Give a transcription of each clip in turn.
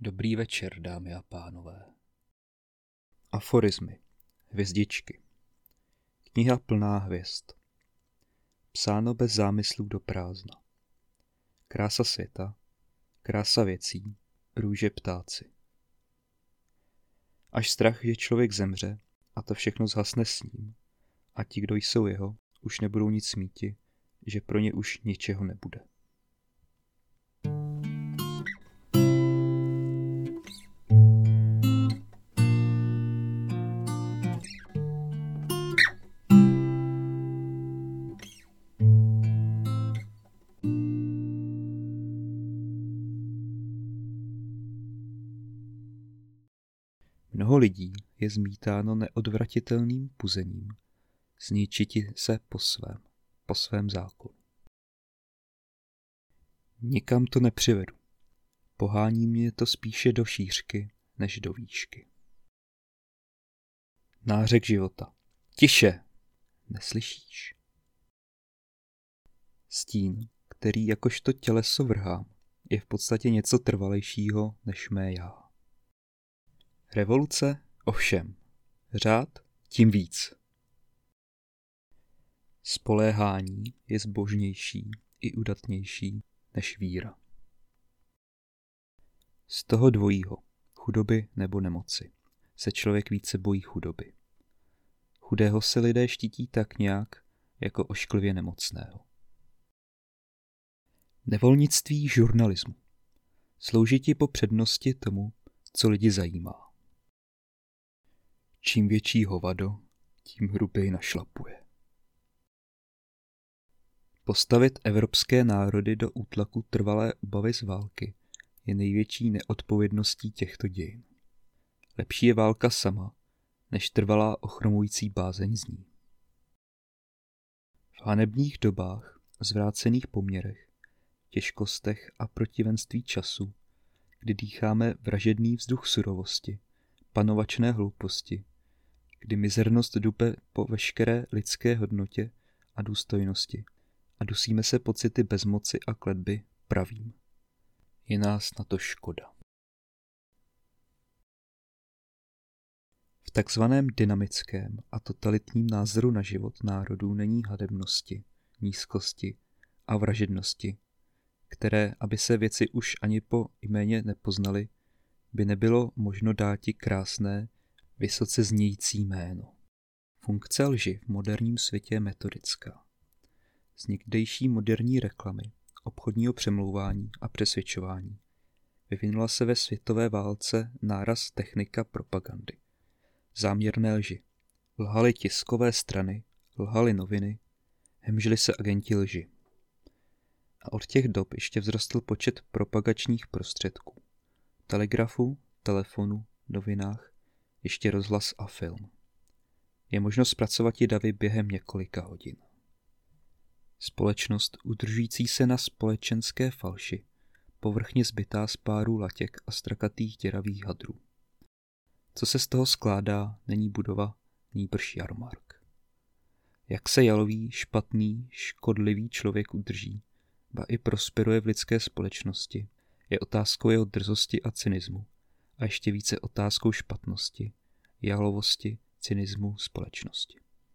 Dobrý večer, dámy a pánové. Aforismy, hvězdičky. Kniha plná hvězd. Psáno bez zámyslů do prázdna. Krása světa, krása věcí, růže ptáci. Až strach, že člověk zemře a to všechno zhasne s ním, a ti, kdo jsou jeho, už nebudou nic míti, že pro ně už ničeho nebude. Mnoho lidí je zmítáno neodvratitelným puzením zničiti se po svém zákonu. Nikam to nepřivedu. Pohání mě to spíše do šířky než do výšky. Nářek života. Tiše! Neslyšíš? Stín, který jakožto těleso vrhám, je v podstatě něco trvalejšího než mé já. Revoluce? Ovšem. Řád? Tím víc. Spoléhání je zbožnější i udatnější než víra. Z toho dvojího, chudoby nebo nemoci, se člověk více bojí chudoby. Chudého se lidé štítí tak nějak, jako ošklivě nemocného. Nevolnictví žurnalismu. Slouží ti po přednosti tomu, co lidi zajímá. Čím větší hovado, tím hruběji našlapuje. Postavit evropské národy do útlaku trvalé obavy z války je největší neodpovědností těchto dějin. Lepší je válka sama, než trvalá ochromující bázeň z ní. V hanebných dobách, zvrácených poměrech, těžkostech a protivenství času, kdy dýcháme vražedný vzduch surovosti, panovačné hlouposti, kdy mizernost dupe po veškeré lidské hodnotě a důstojnosti a dusíme se pocity bezmoci a kletby, pravím. Je nás na to škoda. V takzvaném dynamickém a totalitním názoru na život národů není hanebnosti, nízkosti a vražednosti, které, aby se věci už ani po jméně nepoznaly, by nebylo možno dáti krásné, vysoce znějící jméno. Funkce lži v moderním světě je metodická. Z někdejší moderní reklamy, obchodního přemlouvání a přesvědčování vyvinula se ve světové válce náraz technika propagandy. Záměrné lži. Lhaly tiskové strany, lhaly noviny, hemžili se agenti lži. A od těch dob ještě vzrostl počet propagačních prostředků. Telegrafu, telefonu, novinách, ještě rozhlas a film. Je možno zpracovat i davy během několika hodin. Společnost udržující se na společenské falši, povrchně zbytá z párů latěk a strakatých děravých hadrů. Co se z toho skládá, není budova, nýbrž jarmark. Jak se jalový, špatný, škodlivý člověk udrží, ba i prosperuje v lidské společnosti, je otázkou jeho drzosti a cynismu a ještě více otázkou špatnosti, jalovosti, cynismu společnosti.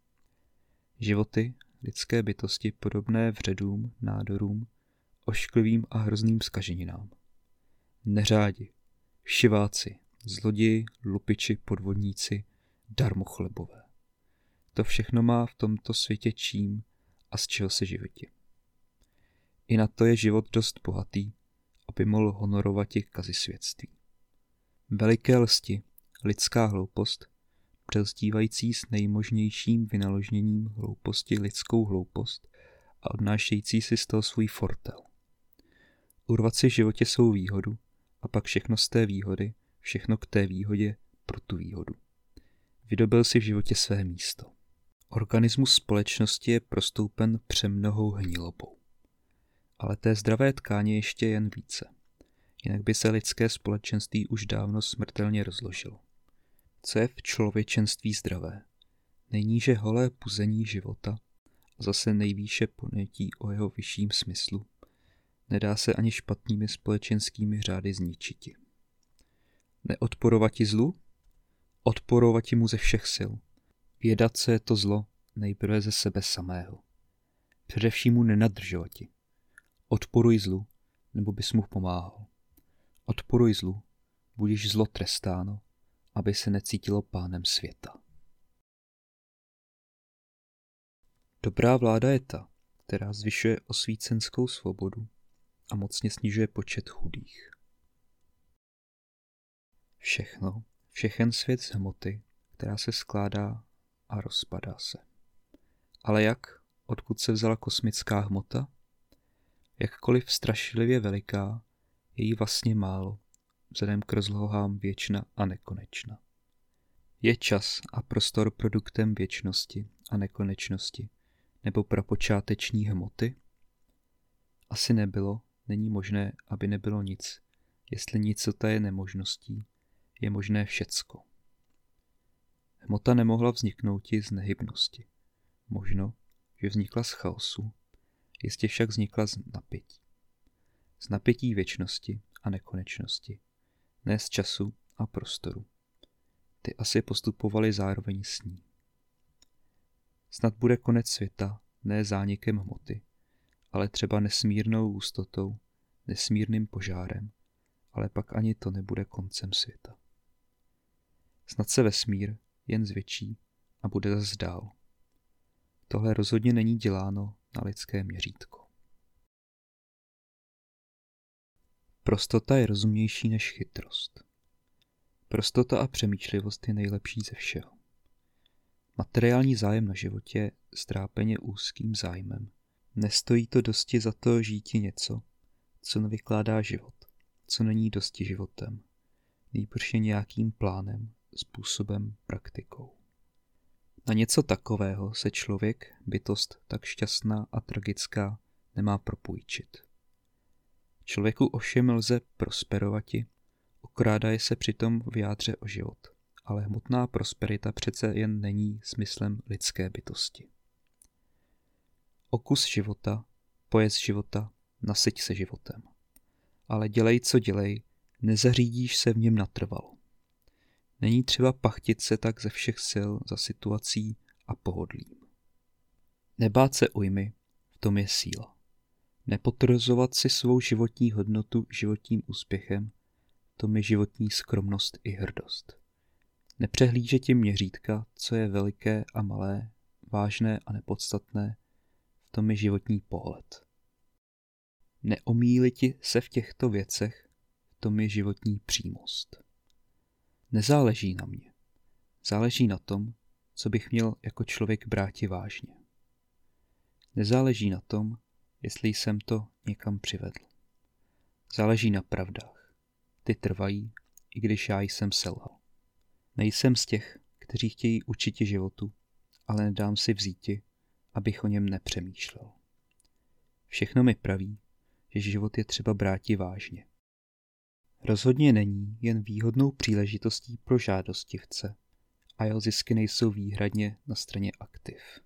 Životy, lidské bytosti podobné vředům, nádorům, ošklivým a hrozným zkaženinám. Neřádi, šiváci, zloději, lupiči, podvodníci, darmochlebové. To všechno má v tomto světě čím a z čeho se živiti. I na to je život dost bohatý, aby mohl honorovati kazisvětství. Veliké lsti, lidská hloupost, přelstívající s nejmožnějším vynaložením hlouposti lidskou hloupost a odnášející si z toho svůj fortel. Urvat si v životě svou výhodu a pak všechno z té výhody, všechno k té výhodě pro tu výhodu. Vydobil si v životě své místo. Organismus společnosti je prostoupen přemnohou hnilobou. Ale té zdravé tkáně ještě jen více. Jinak by se lidské společenství už dávno smrtelně rozložilo. Co je v člověčenství zdravé? Nejníže holé puzení života a zase nejvýše ponětí o jeho vyšším smyslu. Nedá se ani špatnými společenskými řády zničiti. Neodporovati zlu? Odporovati mu ze všech sil. Vědat, co je to zlo, nejprve ze sebe samého. Především mu nenadržovati. Odporuj zlu, nebo bys mu pomáhal. Odporuj zlu, budeš zlo trestáno, aby se necítilo pánem světa. Dobrá vláda je ta, která zvyšuje osvícenskou svobodu a mocně snižuje počet chudých. Všechen svět z hmoty, která se skládá a rozpadá se. Ale jak? Odkud se vzala kosmická hmota? Jakkoliv strašlivě veliká, je jí vlastně málo, vzhledem k rozlohám věčna a nekonečna. Je čas a prostor produktem věčnosti a nekonečnosti, nebo prapočáteční hmoty? Asi nebylo, není možné, aby nebylo nic. Jestli nicota je nemožností, je možné všecko. Hmota nemohla vzniknout z nehybnosti. Možno, že vznikla z chaosu, jistě však vznikla z napětí. Z napětí věčnosti a nekonečnosti, ne z času a prostoru. Ty asi postupovaly zároveň s ní. Snad bude konec světa ne zánikem hmoty, ale třeba nesmírnou hustotou, nesmírným požárem, ale pak ani to nebude koncem světa. Snad se vesmír jen zvětší a bude zas dál. Tohle rozhodně není děláno na lidské měřítko. Prostota je rozumnější než chytrost. Prostota a přemýšlivost je nejlepší ze všeho. Materiální zájem na životě je strápeně úzkým zájmem. Nestojí to dosti za to žíti něco, co nevykládá život, co není dosti životem, nýbrž je nějakým plánem, způsobem, praktikou. Na něco takového se člověk, bytost tak šťastná a tragická, nemá propůjčit. Člověku ovšem lze prosperovati, okrádaje se přitom v jádře o život, ale hmotná prosperita přece jen není smyslem lidské bytosti. Okus života, pojez života, nasyť se životem. Ale dělej, co dělej, nezařídíš se v něm natrvalo. Není třeba pachtit se tak ze všech sil za situací a pohodlím. Nebát se újmy, v tom je síla. Nepotvrzovat si svou životní hodnotu životním úspěchem, v tom je životní skromnost i hrdost. Nepřehlížet tím měřítka, co je veliké a malé, vážné a nepodstatné, v tom je životní pohled. Neomýliti se v těchto věcech, v tom je životní přímost. Nezáleží na mě. Záleží na tom, co bych měl jako člověk bráti vážně. Nezáleží na tom, jestli jsem to někam přivedl. Záleží na pravdách. Ty trvají, i když já jsem selhal. Nejsem z těch, kteří chtějí určitě životu, ale nedám si vzíti, abych o něm nepřemýšlel. Všechno mi praví, že život je třeba bráti vážně. Rozhodně není jen výhodnou příležitostí pro žádostivce a jeho zisky nejsou výhradně na straně aktiv.